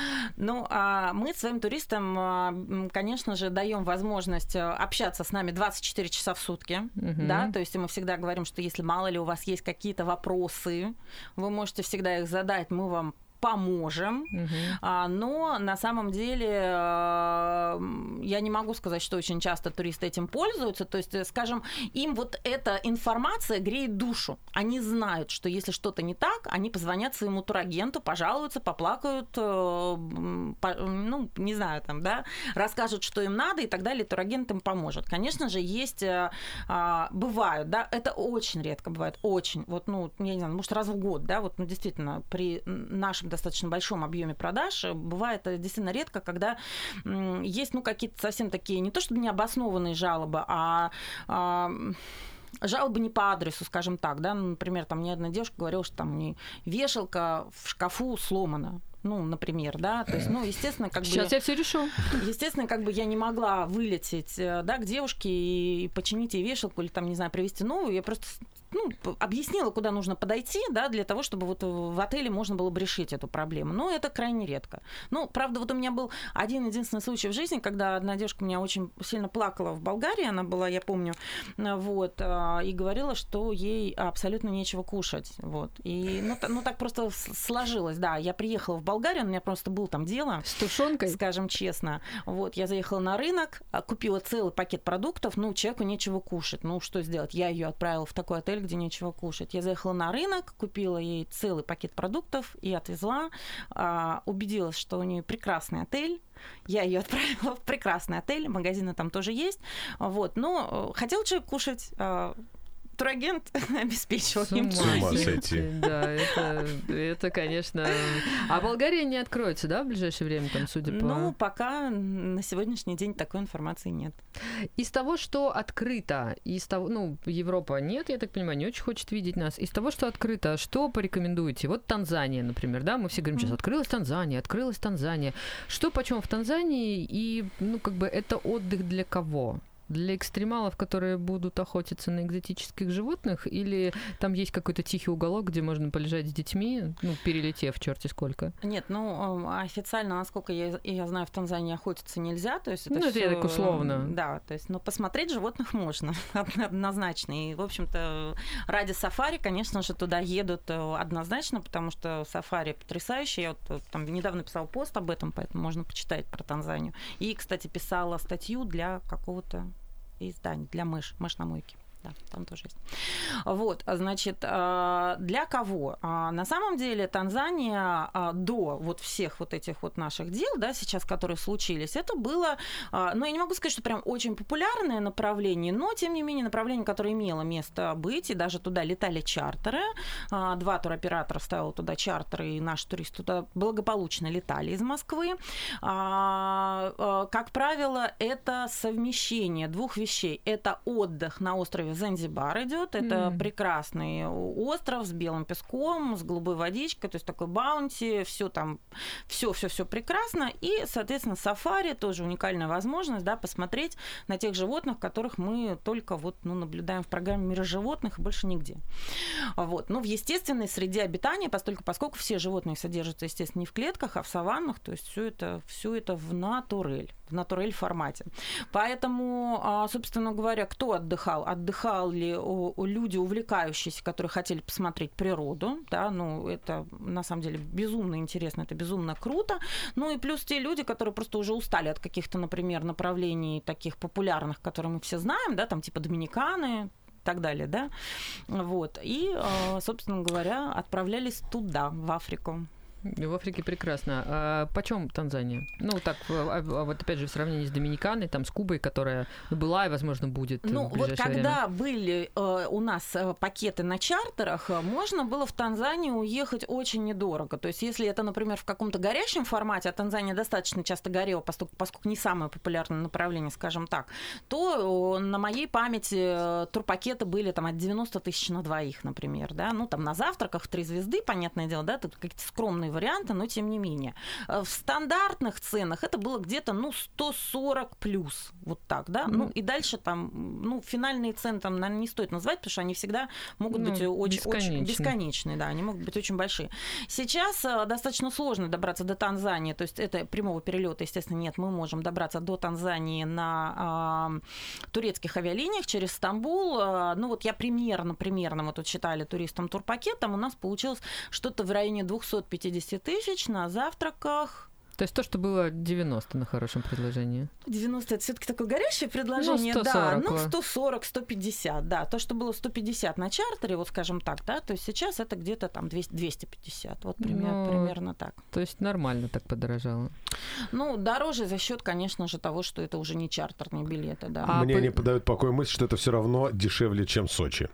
Ну, а мы своим туристам, конечно же, даем возможность общаться с нами двадцать четыре часа в сутки, угу. да, то есть мы всегда говорим, что если мало ли у вас есть какие-то вопросы, вы можете всегда их задать, мы вам поможем, uh-huh. но на самом деле я не могу сказать, что очень часто туристы этим пользуются. То есть, скажем, им вот эта информация греет душу. Они знают, что если что-то не так, они позвонят своему турагенту, пожалуются, поплакают, ну, не знаю, там, да, расскажут, что им надо, и так далее, и турагент им поможет. Конечно же, есть, бывают, да, это очень редко бывает, очень, вот, ну, я не знаю, может, раз в год, да, вот, ну, действительно, при нашем достаточно большом объеме продаж бывает действительно редко, когда есть, ну, какие-то совсем такие, не то чтобы необоснованные жалобы, а, а жалобы не по адресу, скажем так, да, например, там мне одна девушка говорила, что там не вешалка в шкафу сломана. Ну, например, да, то есть, ну, естественно, как Сейчас бы... Сейчас я все решу. Естественно, как бы я не могла вылететь, да, к девушке и починить ей вешалку или там, не знаю, привезти новую, я просто, ну, объяснила, куда нужно подойти, да, для того, чтобы вот в отеле можно было бы решить эту проблему. Но это крайне редко. Ну, правда, вот у меня был один единственный случай в жизни, когда одна девушка меня очень сильно плакала в Болгарии, она была, я помню, вот, и говорила, что ей абсолютно нечего кушать, вот. И, ну, ну так просто сложилось, да, я приехала в Болгарию, у меня просто было там дело. С тушенкой? Скажем честно. Вот, я заехала на рынок, купила целый пакет продуктов, ну, человеку нечего кушать. Ну, что сделать? Я ее отправила в такой отель, где нечего кушать. Я заехала на рынок, купила ей целый пакет продуктов и отвезла. А, убедилась, что у нее прекрасный отель. Я ее отправила в прекрасный отель, магазины там тоже есть. Вот, но хотел человек кушать... турагент обеспечивал им. С ума сойти. Да, это, это, конечно... А Болгария не откроется, да, в ближайшее время, там, судя по... Ну, пока на сегодняшний день такой информации нет. Из того, что открыто, из того... Ну, Европа нет, я так понимаю, не очень хочет видеть нас. Из того, что открыто, что порекомендуете? Вот Танзания, например, да, мы все говорим сейчас, открылась Танзания, открылась Танзания. Что почем в Танзании? И, ну, как бы, это отдых для кого? Для экстремалов, которые будут охотиться на экзотических животных, или там есть какой-то тихий уголок, где можно полежать с детьми, ну, перелетев черти сколько? Нет, ну, официально, насколько я, я знаю, в Танзании охотиться нельзя, то есть это ну, это всё, я так условно. Да, то есть, но посмотреть животных можно, однозначно. И, в общем-то, ради сафари, конечно же, туда едут однозначно, потому что сафари потрясающие. Я вот там недавно писала пост об этом, поэтому можно почитать про Танзанию. И, кстати, писала статью для какого-то издание для мышь, мышь на мойке. Да, там тоже есть. Вот, значит, для кого? На самом деле Танзания до вот всех вот этих вот наших дел, да, сейчас, которые случились, это было, ну, я не могу сказать, что прям очень популярное направление, но, тем не менее, направление, которое имело место быть, и даже туда летали чартеры. Два туроператора ставил туда чартеры, и наши туристы туда благополучно летали из Москвы. Как правило, это совмещение двух вещей. Это отдых на острове Занзибар идет. Это mm. прекрасный остров с белым песком, с голубой водичкой, то есть такой баунти, все там, все, все, все прекрасно. И, соответственно, сафари тоже уникальная возможность, да, посмотреть на тех животных, которых мы только вот, ну, наблюдаем в программе «Мир животных» и больше нигде. Вот. Ну, в естественной среде обитания, поскольку, поскольку все животные содержатся, естественно, не в клетках, а в саваннах, то есть все это, все это в натурель, в натурель формате. Поэтому, собственно говоря, кто отдыхал? Отдыхали люди, увлекающиеся, которые хотели посмотреть природу, да, ну, это на самом деле безумно интересно, это безумно круто. Ну и плюс те люди, которые просто уже устали от каких-то, например, направлений таких популярных, которые мы все знаем, да, там типа Доминиканы, и так далее, да, вот, и, собственно говоря, отправлялись туда, в Африку. В Африке прекрасно. А почем Танзания? Ну, так, а вот опять же, в сравнении с Доминиканой, там, с Кубой, которая была и, возможно, будет ну, в ближайшее вот когда время. были э, у нас пакеты на чартерах, можно было в Танзанию уехать очень недорого. То есть, если это, например, в каком-то горящем формате, а Танзания достаточно часто горела, поскольку, поскольку не самое популярное направление, скажем так, то на моей памяти турпакеты были там от девяносто тысяч на двоих, например, да, ну, там на завтраках в три звезды, понятное дело, да, тут какие-то скромные варианты, но тем не менее. В стандартных ценах это было где-то, ну, сто сорок плюс, вот так, да, mm-hmm. ну, и дальше там, ну, финальные цены там, наверное, не стоит называть, потому что они всегда могут ну, быть очень, очень бесконечные, да, они могут быть очень большие. Сейчас достаточно сложно добраться до Танзании, то есть это прямого перелета, естественно, нет, мы можем добраться до Танзании на э, турецких авиалиниях через Стамбул, э, ну, вот я примерно, примерно, мы тут считали туристам турпакет, там у нас получилось что-то в районе двести пятьдесят пятьдесят тысяч, на завтраках. То есть то, что было девяносто на хорошем предложении. девяносто это все-таки такое горящее предложение, ну, сто сорок, да. Ну, сто сорок, сто пятьдесят, да. То, что было сто пятьдесят на чартере, вот скажем так, да, то есть сейчас это где-то там двести, двести пятьдесят. Вот пример, ну, примерно так. То есть нормально так подорожало. Ну, дороже за счет, конечно же, того, что это уже не чартерные билеты, да. А Мне по... не подают покоя мысль, что это все равно дешевле, чем Сочи.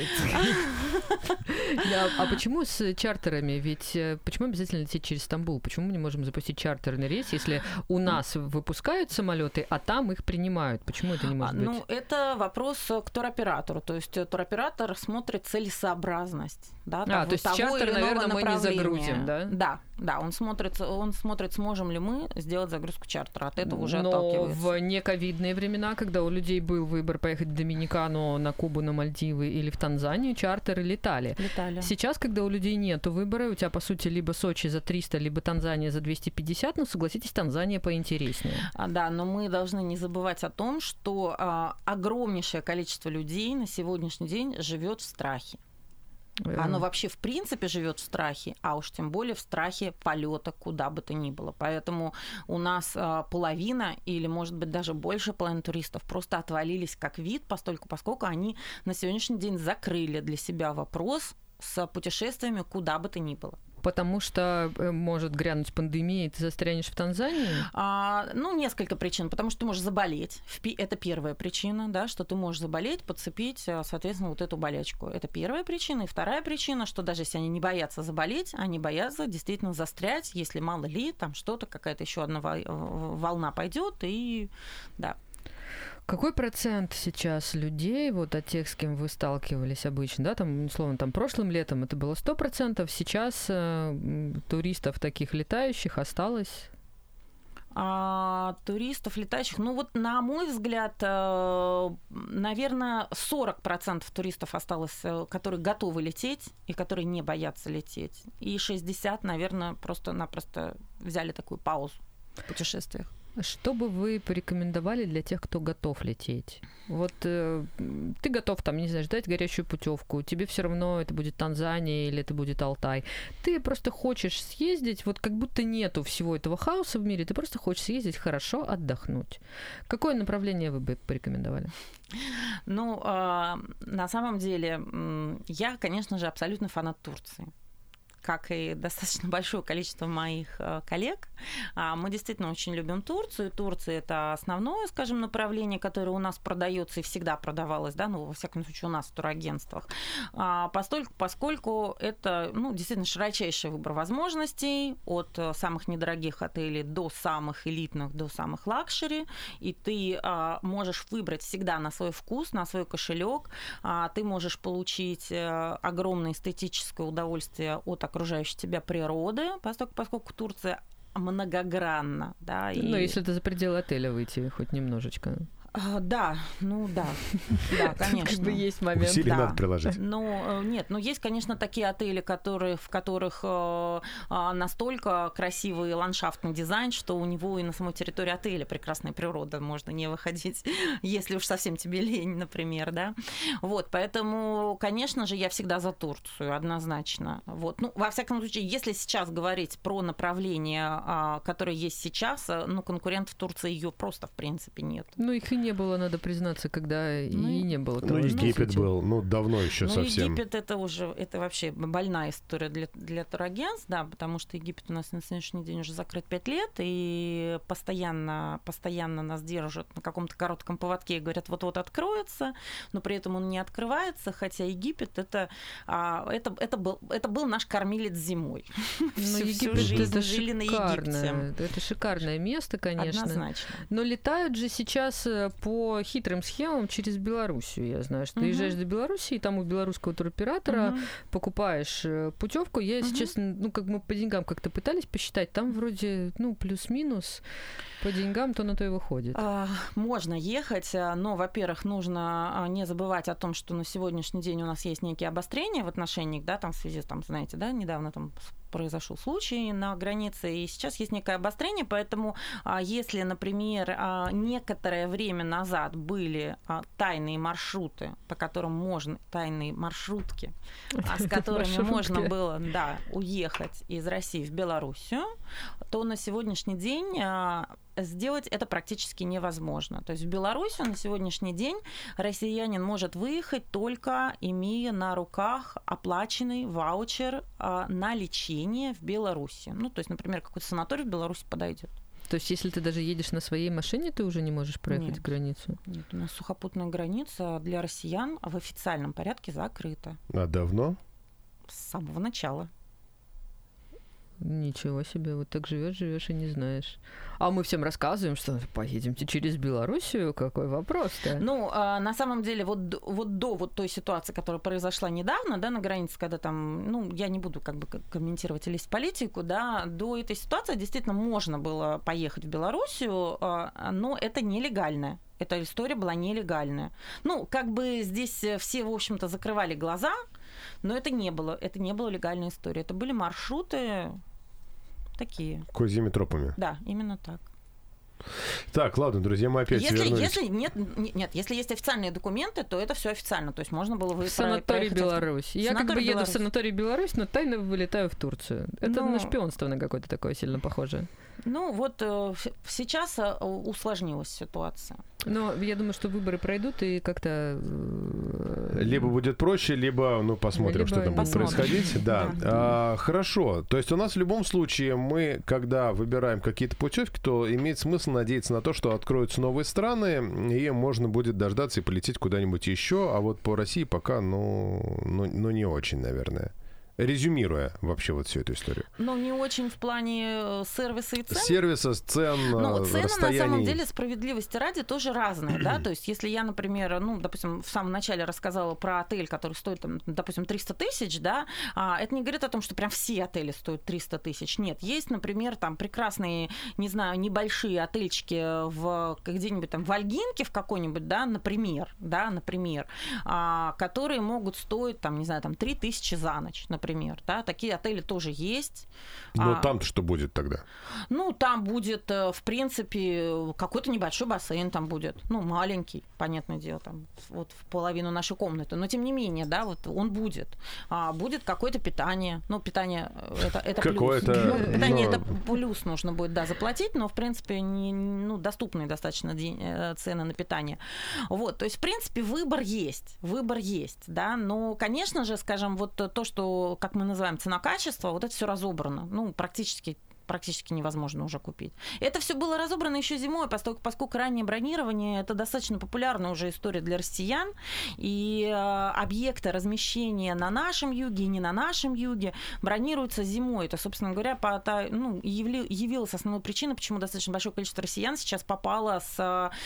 А почему с чартерами? Ведь почему обязательно лететь через Стамбул? Почему мы не можем запустить чартерный рейс, если у нас выпускают самолеты, а там их принимают? Почему это не может быть? Ну, это вопрос к туроператору. То есть туроператор смотрит целесообразность. Да, а, того, то есть того чартер, наверное, мы не загрузим, да? Да, да. Он смотрит, он смотрит, сможем ли мы сделать загрузку чартера. От этого уже Но отталкивается. в нековидные времена, когда у людей был выбор поехать в Доминикану, на Кубу, на Мальдивы или в Танзанию, чартеры летали. Летали. Сейчас, когда у людей нет выбора, у тебя, по сути, либо Сочи за триста, либо Танзания за двести пятьдесят, ну, согласитесь, Танзания поинтереснее. А, да, но мы должны не забывать о том, что а, огромнейшее количество людей на сегодняшний день живет в страхе. Оно вообще в принципе живет в страхе, а уж тем более в страхе полета куда бы то ни было. Поэтому у нас а, половина или, может быть, даже больше половины туристов просто отвалились как вид, постольку, поскольку они на сегодняшний день закрыли для себя вопрос с путешествиями куда бы то ни было. Потому что может грянуть пандемия, и ты застрянешь в Танзании? А, ну, несколько причин. Потому что ты можешь заболеть. Это первая причина, да, что ты можешь заболеть, подцепить, соответственно, вот эту болячку. Это первая причина. И вторая причина, что даже если они не боятся заболеть, они боятся действительно застрять, если мало ли там что-то, какая-то еще одна волна пойдет, и да. Какой процент сейчас людей, вот от тех, с кем вы сталкивались обычно, да, там, условно, там, прошлым летом это было сто процентов, сейчас э, туристов таких летающих осталось? А, туристов летающих, ну вот на мой взгляд, э, наверное, сорок процентов туристов осталось, которые готовы лететь и которые не боятся лететь. И шестьдесят, наверное, просто-напросто взяли такую паузу в путешествиях. Что бы вы порекомендовали для тех, кто готов лететь? Вот э, ты готов, там, не знаю, ждать горячую путевку, тебе все равно это будет Танзания или это будет Алтай. Ты просто хочешь съездить, вот как будто нету всего этого хаоса в мире, ты просто хочешь съездить хорошо, отдохнуть. Какое направление вы бы порекомендовали? Ну, э, на самом деле, я, конечно же, абсолютно фанат Турции. Как и достаточно большое количество моих коллег. Мы действительно очень любим Турцию. Турция – это основное, скажем, направление, которое у нас продается и всегда продавалось, да, ну, во всяком случае, у нас в турагентствах, поскольку, поскольку это, ну, действительно широчайший выбор возможностей от самых недорогих отелей до самых элитных, до самых лакшери, и ты можешь выбрать всегда на свой вкус, на свой кошелек, ты можешь получить огромное эстетическое удовольствие от окружающей тебя природы, поскольку, поскольку Турция многогранна. Да, и... Ну, если ты за пределы отеля выйти хоть немножечко. А, да, ну да, да, конечно. Как бы есть момент. Усилий да. надо приложить. Ну, нет, ну есть, конечно, такие отели, которые, в которых э, настолько красивый ландшафтный дизайн, что у него и на самой территории отеля прекрасная природа, можно не выходить, если уж совсем тебе лень, например, да. Вот, поэтому, конечно же, я всегда за Турцию, однозначно. Вот, ну, во всяком случае, если сейчас говорить про направление, которое есть сейчас, ну, конкурентов в Турции ее просто, в принципе, нет. Ну, их и не было, надо признаться, когда ну, и не было. Ну, Египет был, ну, давно еще ну, совсем. Египет это уже, это вообще больная история для, для турагентств, да, потому что Египет у нас на сегодняшний день уже закрыт пять лет, и постоянно, постоянно нас держат на каком-то коротком поводке и говорят, вот-вот откроется, но при этом он не открывается, хотя Египет это, это, это, был, это был наш кормилец зимой. Но Египет это шикарное, это шикарное место, конечно. Однозначно. Но летают же сейчас по хитрым схемам через Белоруссию. Я знаю, что uh-huh. ты езжаешь до Белоруссии, там у белорусского туроператора uh-huh. покупаешь путевку. Я, если uh-huh. честно, ну, как мы по деньгам как-то пытались посчитать, там вроде, ну, плюс-минус по деньгам то на то и выходит. А, можно ехать, но, во-первых, нужно не забывать о том, что на сегодняшний день у нас есть некие обострения в отношениях, да, там в связи с, там, знаете, да, недавно там произошел случай на границе, и сейчас есть некое обострение, поэтому если, например, некоторое время назад были тайные маршруты, по которым можно, тайные маршрутки, с которыми можно было, да, уехать из России в Белоруссию, то на сегодняшний день сделать это практически невозможно. То есть в Белоруссию на сегодняшний день россиянин может выехать только имея на руках оплаченный ваучер на лечение в Беларуси. Ну, то есть, например, какой-то санаторий в Беларуси подойдет. То есть, если ты даже едешь на своей машине, ты уже не можешь проехать Нет. границу? Нет, у нас сухопутная граница для россиян в официальном порядке закрыта. А давно? С самого начала. Ничего себе, вот так живешь, живешь и не знаешь. А мы всем рассказываем, что поедемте через Белоруссию, какой вопрос-то? Ну, а, на самом деле, вот, вот до вот той ситуации, которая произошла недавно, да, на границе, когда там, ну, я не буду как бы комментировать и лезть в политику, да, до этой ситуации действительно можно было поехать в Белоруссию, а, но это нелегально. Эта история была нелегальная. Ну, как бы здесь все, в общем-то, закрывали глаза, но это не было, это не была легальная история. Это были маршруты такие. Козьими тропами. Да, именно так. Так, ладно, друзья, мы опять если, вернулись. Если нет, нет, если есть официальные документы, то это все официально. То есть можно было вы в санаторий Беларусь. Я санаторий как бы еду Беларусь. в санаторий Беларусь, но тайно вылетаю в Турцию. Это ну, на шпионство на какое-то такое сильно похоже. Ну вот э, сейчас э, усложнилась ситуация. Но я думаю, что выборы пройдут и как-то... Либо будет проще, либо, ну, посмотрим, либо что там будет происходить. Да. Да. А, хорошо. То есть у нас в любом случае мы, когда выбираем какие-то путевки, то имеет смысл надеяться на то, что откроются новые страны, и можно будет дождаться и полететь куда-нибудь еще. А вот по России пока, ну, ну, ну не очень, наверное. Резюмируя вообще вот всю эту историю. Но не очень в плане сервиса и цен. Сервиса, цен, Ну, цены расстояний. на самом деле, справедливости ради, тоже разные, да, то есть если я, например, ну, допустим, в самом начале рассказала про отель, который стоит, там, допустим, триста тысяч, да, это не говорит о том, что прям все отели стоят триста тысяч, нет, есть, например, там прекрасные, не знаю, небольшие отельчики в, где-нибудь там в Ольгинке в какой-нибудь, да, например, да, например, которые могут стоить, там, не знаю, там три тысячи за ночь, например. Например, да, такие отели тоже есть. Ну, а, там-то что будет тогда? Ну, там будет, в принципе, какой-то небольшой бассейн там будет. Ну, маленький, понятное дело, там, вот в половину нашей комнаты. Но, тем не менее, да, вот он будет. А, будет какое-то питание. Ну, питание это, это плюс. Ну, питание но... это плюс нужно будет, да, заплатить, но, в принципе, не, ну, доступные достаточно день, цены на питание. Вот, то есть, в принципе, выбор есть. Выбор есть, да, но, конечно же, скажем, вот то, что, как мы называем, цена-качество, вот это все разобрано. Ну, практически практически невозможно уже купить. Это все было разобрано еще зимой, поскольку, поскольку раннее бронирование – это достаточно популярная уже история для россиян, и э, объекты размещения на нашем юге и не на нашем юге бронируются зимой. Это, собственно говоря, по, ну, явли, явилась основной причиной, почему достаточно большое количество россиян сейчас попало с,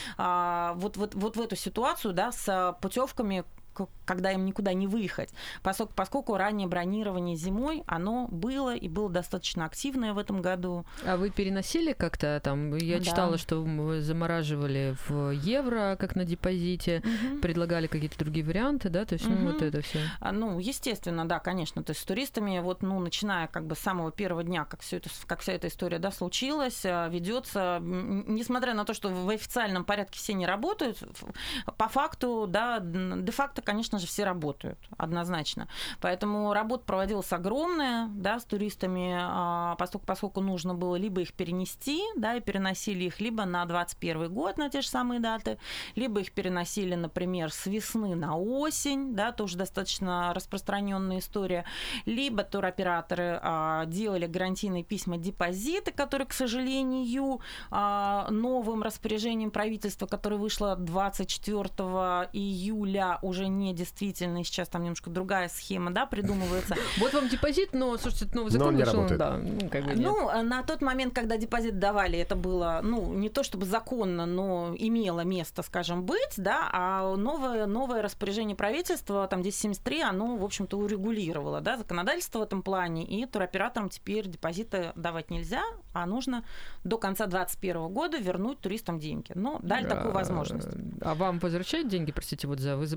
э, вот, вот, вот в эту ситуацию, да, с путевками, когда им никуда не выехать, поскольку, поскольку раннее бронирование зимой, оно было и было достаточно активное в этом году. А вы переносили как-то там? Я да. читала, что вы замораживали в евро, как на депозите, угу. предлагали какие-то другие варианты, да? То есть, ну, угу. вот это все. А, ну, естественно, да, конечно. То есть с туристами, вот, ну, начиная как бы с самого первого дня, как, все это, как вся эта история, да, случилась, ведется, несмотря на то, что в официальном порядке все не работают, по факту, да, де-факто, конечно же, все работают, однозначно. Поэтому работа проводилась огромная, да, с туристами, поскольку, поскольку нужно было либо их перенести, да, и переносили их либо на двадцать первый год, на те же самые даты, либо их переносили, например, с весны на осень, да, тоже достаточно распространенная история, либо туроператоры а, делали гарантийные письма депозиты, которые, к сожалению, а, новым распоряжением правительства, которое вышло двадцать четвёртого июля, уже не действительно, сейчас там немножко другая схема, да, придумывается. Вот вам депозит, но, слушайте, новый закон вышел, да, ну, как бы ну, на тот момент, когда депозит давали, это было, ну, не то чтобы законно, но имело место, скажем, быть, да, а новое, новое распоряжение правительства, там, десять семьдесят три, оно, в общем-то, урегулировало, да, законодательство в этом плане, и туроператорам теперь депозиты давать нельзя, а нужно до конца двадцать первого года вернуть туристам деньги. Но дали такую возможность. А вам возвращают деньги, простите, вот за вы забронировали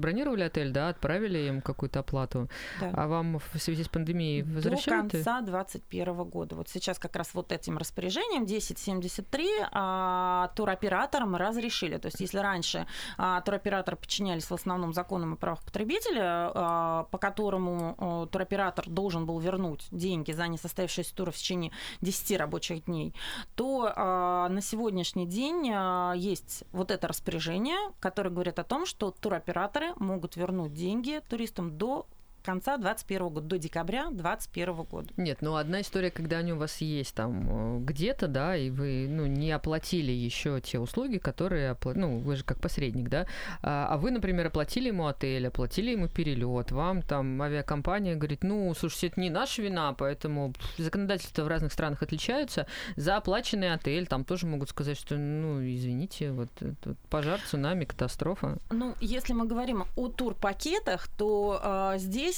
отель, да, отправили им какую-то оплату, да. А вам в связи с пандемией возвращают? До конца двадцать первого года. Вот сейчас как раз вот этим распоряжением десять семьдесят три а, туроператорам разрешили. То есть если раньше а, туроператоры подчинялись в основном законам о правах потребителя, а, по которому а, туроператор должен был вернуть деньги за несостоявшиеся туры в течение десяти рабочих дней, то а, на сегодняшний день а, есть вот это распоряжение, которое говорит о том, что туроператоры могут вернуть деньги туристам до конца двадцать первого года, до декабря двадцать первого года. Нет, ну одна история, когда они у вас есть там где-то, да, и вы, ну, не оплатили еще те услуги, которые, опла... ну, вы же как посредник, да, а, а вы, например, оплатили ему отель, оплатили ему перелет, вам там авиакомпания говорит, ну, слушайте, это не наша вина, поэтому законодательства в разных странах отличаются, за оплаченный отель там тоже могут сказать, что, ну, извините, вот, вот пожар, цунами, катастрофа. Ну, если мы говорим о турпакетах, то а, здесь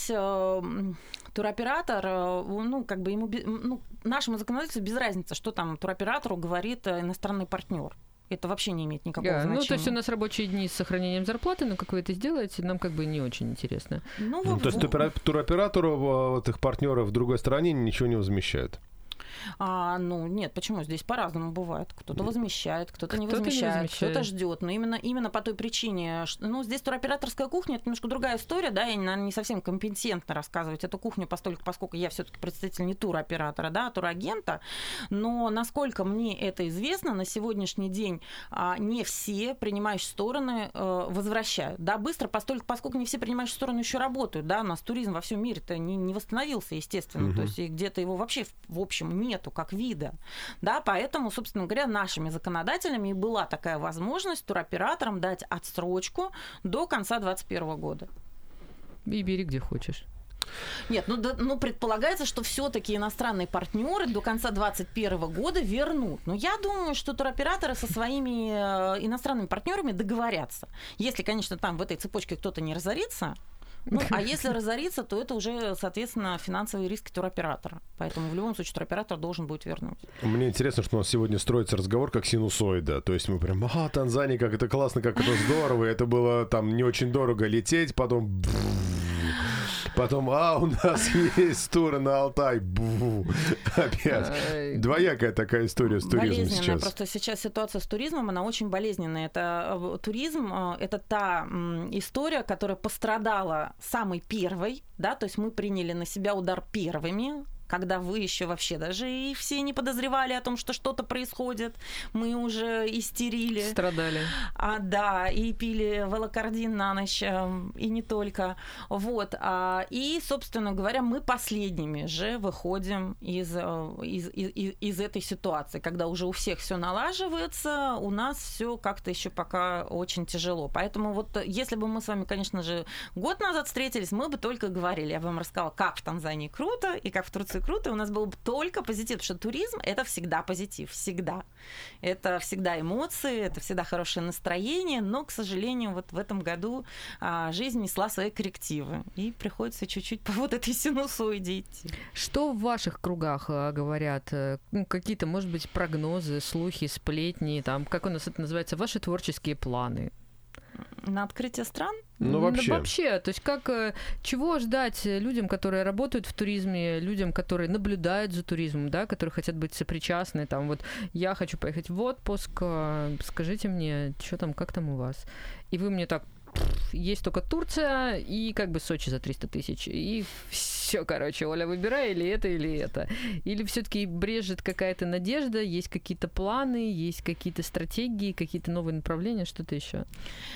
туроператор, ну, как бы ему, ну, нашему законодательству без разницы, что там туроператору говорит иностранный партнер. Это вообще не имеет никакого yeah, значения. Ну, то есть у нас рабочие дни с сохранением зарплаты, но как вы это сделаете, нам как бы не очень интересно. Ну, ну, то есть туроператору вот их партнеры в другой стране ничего не возмещают? А, ну, нет, почему? Здесь по-разному бывает. Кто-то возмещает, кто-то, кто-то не возмещает, кто-то ждет. Но именно, именно по той причине, что, ну, здесь туроператорская кухня, это немножко другая история, да, я, наверное, не совсем компетентно рассказывать эту кухню, постольку, поскольку я все-таки представитель не туроператора, да, а турагента. Но, насколько мне это известно, на сегодняшний день а, не все принимающие стороны а, возвращают. Да, быстро, постольку, поскольку не все принимающие стороны еще работают, да, у нас туризм во всем мире-то не, не восстановился, естественно, угу. То есть и где-то его вообще в, в общем нет. Нету как вида, да, поэтому, собственно говоря, нашими законодателями и была такая возможность туроператорам дать отсрочку до конца двадцать первого года. И бери где хочешь. Нет, ну, да, ну предполагается, что все-таки иностранные партнеры до конца двадцать первого года вернут. Но я думаю, что туроператоры со своими иностранными партнерами договорятся. Если, конечно, там в этой цепочке кто-то не разорится. Ну, а если разориться, то это уже, соответственно, финансовые риски туроператора. Поэтому в любом случае туроператор должен будет вернуть. Мне интересно, что у нас сегодня строится разговор как синусоида. То есть мы прям, а, Танзания, как это классно, как это здорово. Это было там не очень дорого лететь, потом... Потом, а, у нас есть туры на Алтай. Бу. Опять. Двоякая такая история с туризмом сейчас. Просто сейчас ситуация с туризмом, она очень болезненная. Это туризм, это та история, которая пострадала самой первой, да, то есть мы приняли на себя удар первыми, когда вы еще вообще даже и все не подозревали о том, что что-то происходит. Мы уже истерили. Страдали. А, да, и пили волокордин на ночь, и не только. Вот. А, и, собственно говоря, мы последними же выходим из, из, из, из этой ситуации, когда уже у всех все налаживается, у нас все как-то еще пока очень тяжело. Поэтому вот если бы мы с вами, конечно же, год назад встретились, мы бы только говорили, я бы вам рассказала, как в Танзании круто и как в Турции круто, и у нас был бы только позитив, потому что туризм – это всегда позитив, всегда. Это всегда эмоции, это всегда хорошее настроение, но, к сожалению, вот в этом году а, жизнь несла свои коррективы, и приходится чуть-чуть по вот этой синусоиде идти. Что в ваших кругах а, говорят? Ну, какие-то, может быть, прогнозы, слухи, сплетни, там, как у нас это называется, ваши творческие планы? На открытие стран? Ну, вообще. Ну, вообще, то есть как, чего ждать людям, которые работают в туризме, людям, которые наблюдают за туризмом, да, которые хотят быть сопричастны, там, вот, я хочу поехать в отпуск, скажите мне, что там, как там у вас? И вы мне так, есть только Турция и как бы Сочи за триста тысяч, и все, короче, Оля, выбирай или это, или это. Или все-таки брежет какая-то надежда, есть какие-то планы, есть какие-то стратегии, какие-то новые направления, что-то еще?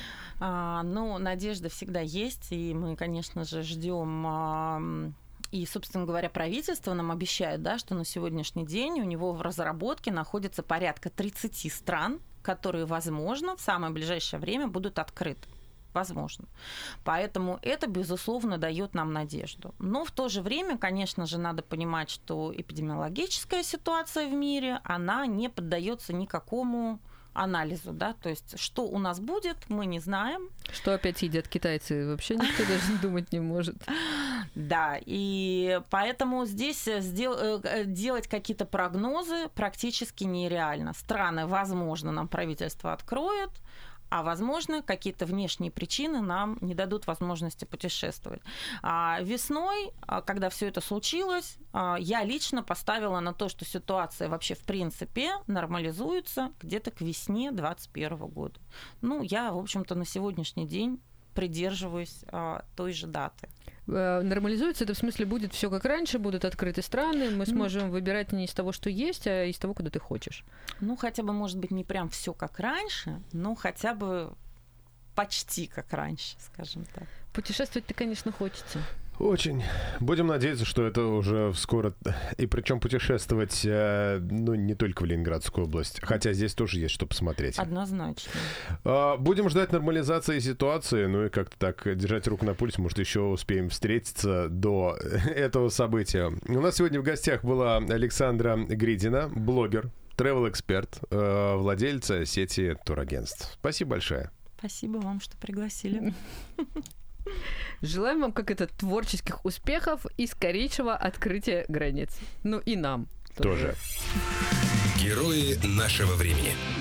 А, ну, надежда всегда есть, и мы, конечно же, ждем. А... И, собственно говоря, правительство нам обещает, да, что на сегодняшний день у него в разработке находится порядка тридцати стран, которые, возможно, в самое ближайшее время будут открыты. Возможно. Поэтому это, безусловно, дает нам надежду. Но в то же время, конечно же, надо понимать, что эпидемиологическая ситуация в мире, она не поддается никакому анализу, да, то есть что у нас будет, мы не знаем. Что опять едят китайцы, вообще никто даже думать не может. Да, и поэтому здесь делать какие-то прогнозы практически нереально. Страны, возможно, нам правительство откроет, а, возможно, какие-то внешние причины нам не дадут возможности путешествовать. А весной, когда все это случилось, я лично поставила на то, что ситуация вообще в принципе нормализуется где-то к весне двадцать первого года. Ну, я, в общем-то, на сегодняшний день придерживаюсь а, той же даты. Нормализуется, это в смысле будет все как раньше, будут открыты страны, мы сможем ну, выбирать не из того, что есть, а из того, куда ты хочешь. Ну, хотя бы, может быть, не прям все как раньше, но хотя бы почти как раньше, скажем так. Путешествовать-то, конечно, хочется. Очень. Будем надеяться, что это уже скоро. И причем путешествовать, ну, не только в Ленинградскую область. Хотя здесь тоже есть что посмотреть. Однозначно. Будем ждать нормализации ситуации. Ну и как-то так держать руку на пульсе. Может, еще успеем встретиться до этого события. У нас сегодня в гостях была Александра Гридина, блогер, travel-эксперт, владельца сети турагентств. Спасибо большое. Спасибо вам, что пригласили. Желаем вам, как это, творческих успехов и скорейшего открытия границ. Ну и нам тоже. Герои нашего времени.